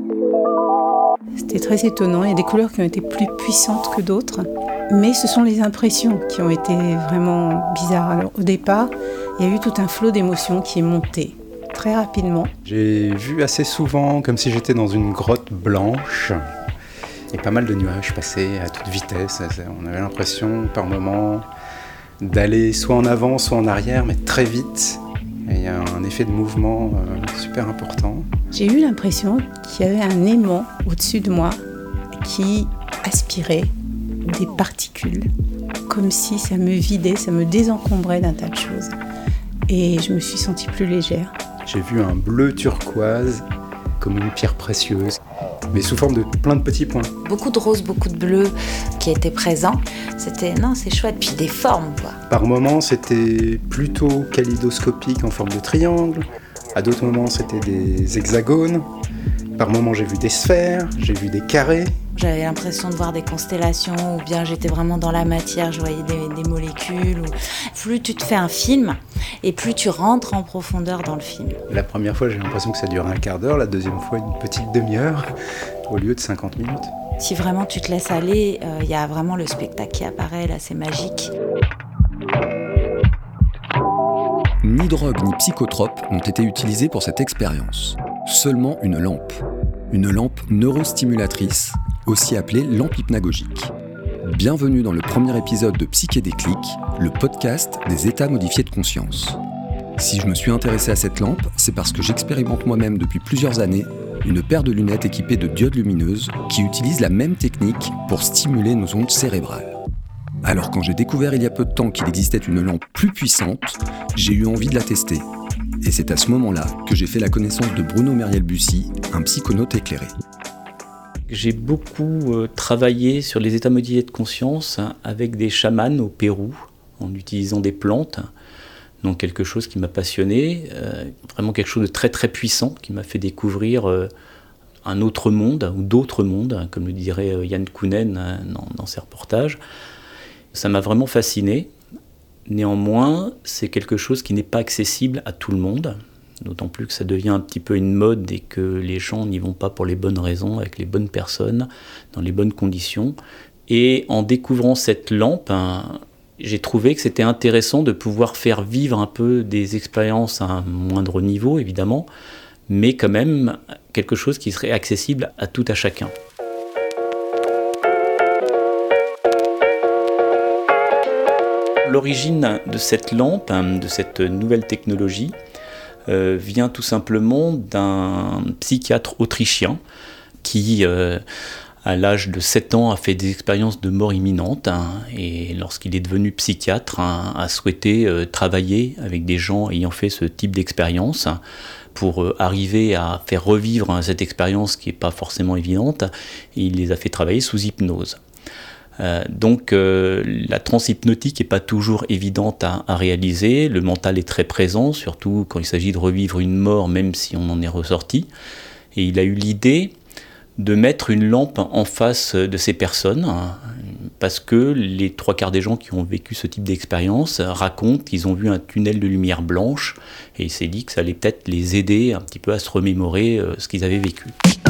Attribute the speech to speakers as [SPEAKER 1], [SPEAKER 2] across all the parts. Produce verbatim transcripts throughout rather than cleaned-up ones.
[SPEAKER 1] C'était très étonnant, il y a des couleurs qui ont été plus puissantes que d'autres, mais ce sont les impressions qui ont été vraiment bizarres. Alors au départ, il y a eu tout un flot d'émotions qui est monté très rapidement.
[SPEAKER 2] J'ai vu assez souvent comme si j'étais dans une grotte blanche et pas mal de nuages passaient à toute vitesse. On avait l'impression par moments d'aller soit en avant, soit en arrière, mais très vite. Et il y a un effet de mouvement euh, super important.
[SPEAKER 1] J'ai eu l'impression qu'il y avait un aimant au-dessus de moi qui aspirait des particules, comme si ça me vidait, ça me désencombrait d'un tas de choses. Et je me suis sentie plus légère.
[SPEAKER 2] J'ai vu un bleu turquoise, comme une pierre précieuse, mais sous forme de plein de petits points.
[SPEAKER 3] Beaucoup de rose, beaucoup de bleu qui étaient présents. C'était, non, c'est chouette. Puis des formes, quoi.
[SPEAKER 2] Par moments, c'était plutôt kaléidoscopique en forme de triangle. À d'autres moments, c'était des hexagones. Par moments, j'ai vu des sphères, j'ai vu des carrés.
[SPEAKER 3] J'avais l'impression de voir des constellations, ou bien j'étais vraiment dans la matière, je voyais des, des molécules. Ou... Plus tu te fais un film, et plus tu rentres en profondeur dans le film.
[SPEAKER 2] La première fois, j'ai l'impression que ça dure un quart d'heure, la deuxième fois, une petite demi-heure, au lieu de cinquante minutes.
[SPEAKER 3] Si vraiment tu te laisses aller, il euh, y a vraiment le spectacle qui apparaît, là, c'est magique.
[SPEAKER 4] Ni drogue ni psychotropes n'ont été utilisés pour cette expérience. Seulement une lampe. Une lampe neurostimulatrice, aussi appelée lampe hypnagogique. Bienvenue dans le premier épisode de Psychédéclic, le podcast des états modifiés de conscience. Si je me suis intéressé à cette lampe, c'est parce que j'expérimente moi-même depuis plusieurs années une paire de lunettes équipées de diodes lumineuses qui utilisent la même technique pour stimuler nos ondes cérébrales. Alors quand j'ai découvert il y a peu de temps qu'il existait une lampe plus puissante, j'ai eu envie de la tester. Et c'est à ce moment-là que j'ai fait la connaissance de Bruno Meriel-Bussy, un psychonaute éclairé.
[SPEAKER 5] J'ai beaucoup euh, travaillé sur les états modifiés de conscience hein, avec des chamans au Pérou, en utilisant des plantes. Donc quelque chose qui m'a passionné, euh, vraiment quelque chose de très très puissant, qui m'a fait découvrir euh, un autre monde, ou d'autres mondes, comme le dirait euh, Yann Kounen hein, dans, dans ses reportages. Ça m'a vraiment fasciné. Néanmoins, c'est quelque chose qui n'est pas accessible à tout le monde, d'autant plus que ça devient un petit peu une mode et que les gens n'y vont pas pour les bonnes raisons, avec les bonnes personnes, dans les bonnes conditions. Et en découvrant cette lampe, hein, j'ai trouvé que c'était intéressant de pouvoir faire vivre un peu des expériences à un moindre niveau, évidemment, mais quand même quelque chose qui serait accessible à tout à chacun. L'origine de cette lampe, de cette nouvelle technologie, euh, vient tout simplement d'un psychiatre autrichien qui, euh, à l'âge de sept ans, a fait des expériences de mort imminente hein, et lorsqu'il est devenu psychiatre, hein, a souhaité euh, travailler avec des gens ayant fait ce type d'expérience hein, pour euh, arriver à faire revivre hein, cette expérience qui n'est pas forcément évidente. Et il les a fait travailler sous hypnose. Euh, donc euh, la transe hypnotique n'est pas toujours évidente à, à réaliser, le mental est très présent, surtout quand il s'agit de revivre une mort, même si on en est ressorti. Et il a eu l'idée de mettre une lampe en face de ces personnes, hein, parce que les trois quarts des gens qui ont vécu ce type d'expérience racontent qu'ils ont vu un tunnel de lumière blanche, et il s'est dit que ça allait peut-être les aider un petit peu à se remémorer euh, ce qu'ils avaient vécu.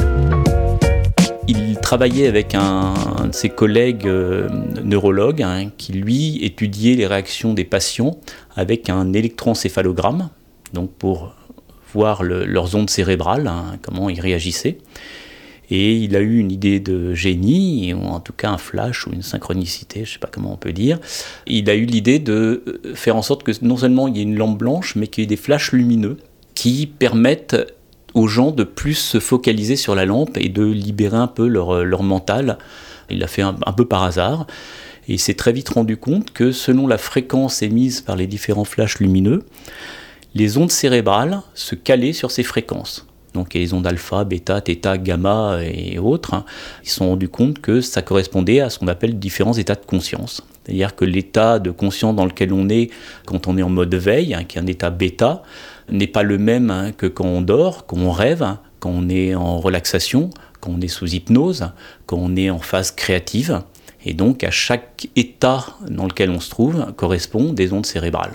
[SPEAKER 5] Il travaillait avec un, un de ses collègues euh, neurologues hein, qui, lui, étudiait les réactions des patients avec un électroencéphalogramme, donc pour voir le, leurs ondes cérébrales, hein, comment ils réagissaient. Et il a eu une idée de génie, ou en tout cas un flash ou une synchronicité, je ne sais pas comment on peut dire. Il a eu l'idée de faire en sorte que non seulement il y ait une lampe blanche, mais qu'il y ait des flashs lumineux qui permettent aux gens de plus se focaliser sur la lampe et de libérer un peu leur, leur mental. Il l'a fait un, un peu par hasard. Et il s'est très vite rendu compte que selon la fréquence émise par les différents flashs lumineux, les ondes cérébrales se calaient sur ces fréquences. Donc les ondes alpha, bêta, θ, gamma et autres. Hein, ils se sont rendus compte que ça correspondait à ce qu'on appelle différents états de conscience. C'est-à-dire que l'état de conscience dans lequel on est quand on est en mode veille, hein, qui est un état bêta, n'est pas le même hein, que quand on dort, quand on rêve, hein, quand on est en relaxation, quand on est sous hypnose, quand on est en phase créative. Et donc à chaque état dans lequel on se trouve correspond des ondes cérébrales.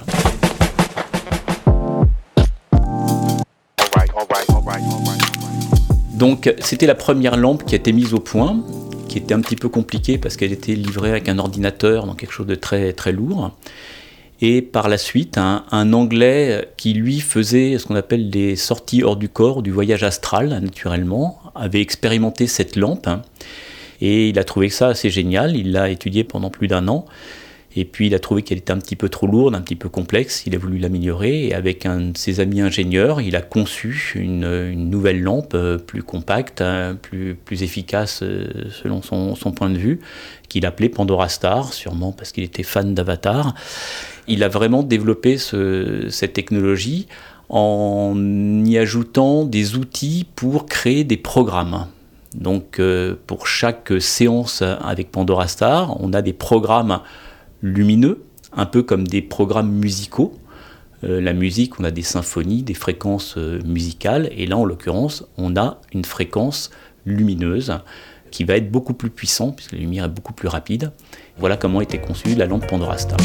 [SPEAKER 5] Donc c'était la première lampe qui a été mise au point, qui était un petit peu compliquée parce qu'elle était livrée avec un ordinateur, donc quelque chose de très, très lourd. Et par la suite, un, un Anglais qui lui faisait ce qu'on appelle des sorties hors du corps, du voyage astral naturellement, avait expérimenté cette lampe et il a trouvé ça assez génial, il l'a étudiée pendant plus d'un an. Et puis il a trouvé qu'elle était un petit peu trop lourde, un petit peu complexe, il a voulu l'améliorer et avec un de ses amis ingénieurs, il a conçu une, une nouvelle lampe plus compacte, plus, plus efficace selon son, son point de vue, qu'il appelait Pandora Star, sûrement parce qu'il était fan d'Avatar. Il a vraiment développé ce, cette technologie en y ajoutant des outils pour créer des programmes. Donc euh, pour chaque séance avec Pandora Star, on a des programmes lumineux, un peu comme des programmes musicaux. Euh, la musique, on a des symphonies, des fréquences euh, musicales, et là en l'occurrence, on a une fréquence lumineuse qui va être beaucoup plus puissante, puisque la lumière est beaucoup plus rapide. Voilà comment était conçue la lampe Pandora Star.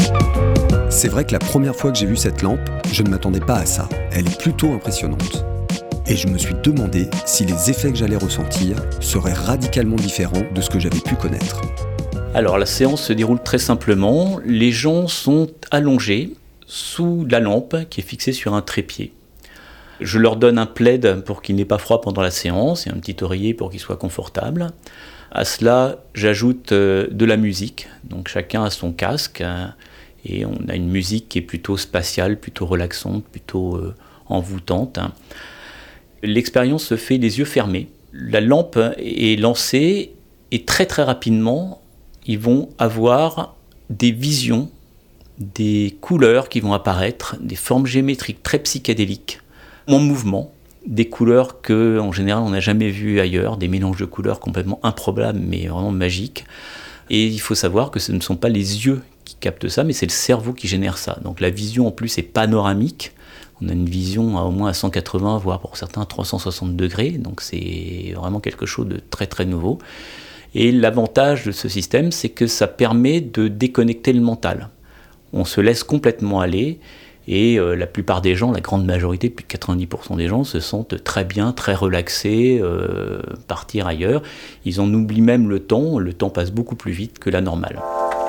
[SPEAKER 4] C'est vrai que la première fois que j'ai vu cette lampe, je ne m'attendais pas à ça. Elle est plutôt impressionnante. Et je me suis demandé si les effets que j'allais ressentir seraient radicalement différents de ce que j'avais pu connaître.
[SPEAKER 5] Alors la séance se déroule très simplement, les gens sont allongés sous la lampe qui est fixée sur un trépied. Je leur donne un plaid pour qu'il n'ait pas froid pendant la séance et un petit oreiller pour qu'il soit confortable. À cela, j'ajoute de la musique, donc chacun a son casque et on a une musique qui est plutôt spatiale, plutôt relaxante, plutôt envoûtante. L'expérience se fait les yeux fermés. La lampe est lancée et très très rapidement, ils vont avoir des visions, des couleurs qui vont apparaître, des formes géométriques très psychédéliques, en mouvement, des couleurs qu'en général on n'a jamais vues ailleurs, des mélanges de couleurs complètement improbables mais vraiment magiques. Et il faut savoir que ce ne sont pas les yeux qui captent ça, mais c'est le cerveau qui génère ça. Donc la vision en plus est panoramique, on a une vision à au moins à cent quatre-vingts, voire pour certains à trois cent soixante degrés, donc c'est vraiment quelque chose de très très nouveau. Et l'avantage de ce système, c'est que ça permet de déconnecter le mental. On se laisse complètement aller et euh, la plupart des gens, la grande majorité, plus de quatre-vingt-dix pour cent des gens, se sentent très bien, très relaxés, euh, partir ailleurs. Ils en oublient même le temps, le temps passe beaucoup plus vite que la normale.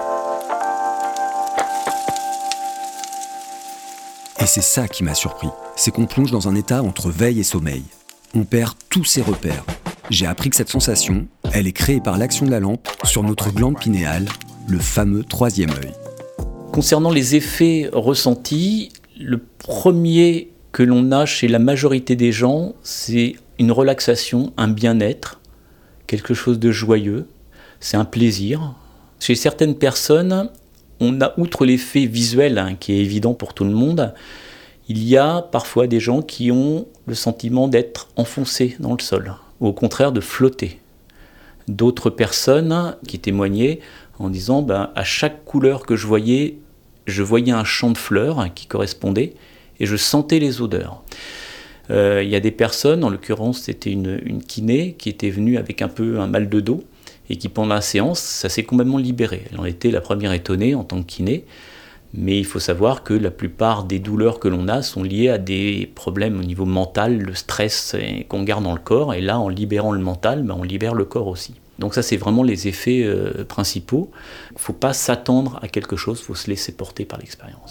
[SPEAKER 4] Et c'est ça qui m'a surpris, c'est qu'on plonge dans un état entre veille et sommeil. On perd tous ses repères. J'ai appris que cette sensation, elle est créée par l'action de la lampe sur notre glande pinéale, le fameux troisième œil.
[SPEAKER 5] Concernant les effets ressentis, le premier que l'on a chez la majorité des gens, c'est une relaxation, un bien-être, quelque chose de joyeux, c'est un plaisir. Chez certaines personnes, on a, outre l'effet visuel hein, qui est évident pour tout le monde, il y a parfois des gens qui ont le sentiment d'être enfoncés dans le sol, ou au contraire de flotter. D'autres personnes qui témoignaient en disant ben, à chaque couleur que je voyais, je voyais un champ de fleurs qui correspondait et je sentais les odeurs. Euh, il y a des personnes, en l'occurrence c'était une, une kiné qui était venue avec un peu un mal de dos et qui pendant la séance, ça s'est complètement libéré. Elle en était la première étonnée en tant que kiné, mais il faut savoir que la plupart des douleurs que l'on a sont liées à des problèmes au niveau mental, le stress qu'on garde dans le corps, et là en libérant le mental, ben, on libère le corps aussi. Donc ça c'est vraiment les effets euh, principaux. Il ne faut pas s'attendre à quelque chose, il faut se laisser porter par l'expérience.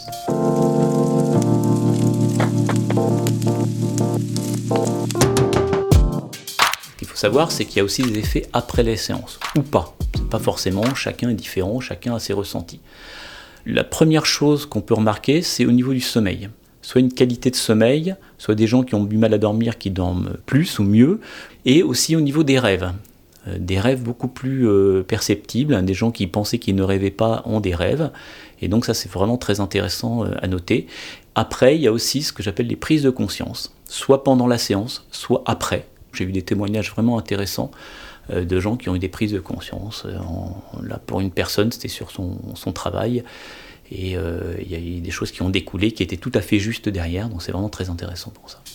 [SPEAKER 5] Ce qu'il faut savoir, c'est qu'il y a aussi des effets après les séances, ou pas. C'est pas forcément, chacun est différent, chacun a ses ressentis. La première chose qu'on peut remarquer, c'est au niveau du sommeil. Soit une qualité de sommeil, soit des gens qui ont du mal à dormir, qui dorment plus ou mieux, et aussi au niveau des rêves. Euh, des rêves beaucoup plus euh, perceptibles, des gens qui pensaient qu'ils ne rêvaient pas ont des rêves, et donc ça c'est vraiment très intéressant euh, à noter. Après, il y a aussi ce que j'appelle les prises de conscience, soit pendant la séance, soit après. J'ai eu des témoignages vraiment intéressants euh, de gens qui ont eu des prises de conscience. Euh, en, là, pour une personne, c'était sur son, son travail, et euh, il y a eu des choses qui ont découlé, qui étaient tout à fait justes derrière, donc c'est vraiment très intéressant pour ça.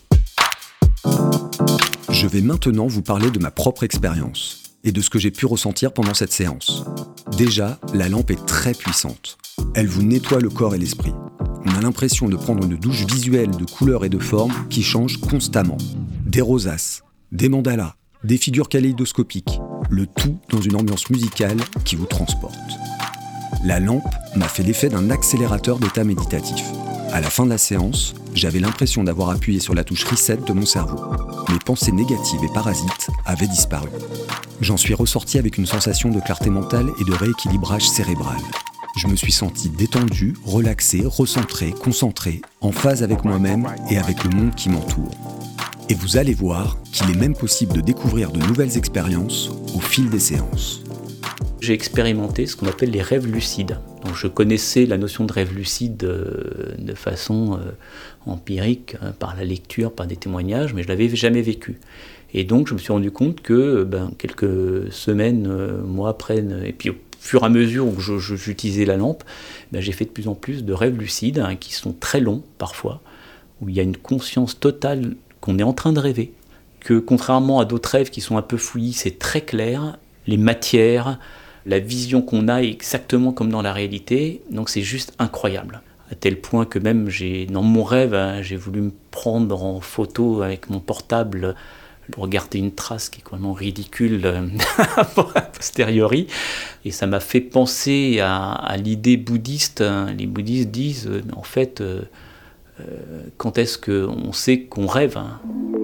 [SPEAKER 4] Je vais maintenant vous parler de ma propre expérience et de ce que j'ai pu ressentir pendant cette séance. Déjà, la lampe est très puissante. Elle vous nettoie le corps et l'esprit. On a l'impression de prendre une douche visuelle de couleurs et de formes qui changent constamment. Des rosaces, des mandalas, des figures kaléidoscopiques, le tout dans une ambiance musicale qui vous transporte. La lampe m'a fait l'effet d'un accélérateur d'état méditatif. À la fin de la séance, j'avais l'impression d'avoir appuyé sur la touche reset de mon cerveau. Mes pensées négatives et parasites avaient disparu. J'en suis ressorti avec une sensation de clarté mentale et de rééquilibrage cérébral. Je me suis senti détendu, relaxé, recentré, concentré, en phase avec moi-même et avec le monde qui m'entoure. Et vous allez voir qu'il est même possible de découvrir de nouvelles expériences au fil des séances.
[SPEAKER 5] J'ai expérimenté ce qu'on appelle les rêves lucides. Donc je connaissais la notion de rêve lucide euh, de façon euh, empirique, hein, par la lecture, par des témoignages, mais je ne l'avais jamais vécu. Et donc je me suis rendu compte que ben, quelques semaines, euh, mois après, et puis au fur et à mesure où je, je, j'utilisais la lampe, ben, j'ai fait de plus en plus de rêves lucides, hein, qui sont très longs parfois, où il y a une conscience totale qu'on est en train de rêver, que contrairement à d'autres rêves qui sont un peu fouillis, c'est très clair, les matières, la vision qu'on a est exactement comme dans la réalité, donc c'est juste incroyable. À tel point que même j'ai, dans mon rêve, hein, j'ai voulu me prendre en photo avec mon portable pour regarder une trace qui est complètement ridicule a posteriori. Et ça m'a fait penser à, à l'idée bouddhiste. Les bouddhistes disent, euh, en fait, euh, euh, quand est-ce qu'on sait qu'on rêve, hein ?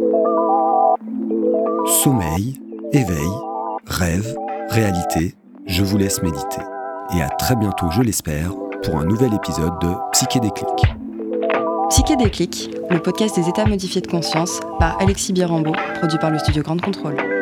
[SPEAKER 4] Sommeil, éveil, rêve, réalité, je vous laisse méditer. Et à très bientôt, je l'espère, pour un nouvel épisode de Psyché Déclic.
[SPEAKER 6] Psyché Déclic, le podcast des états modifiés de conscience par Alexis Birambeau, produit par le studio Grande Contrôle.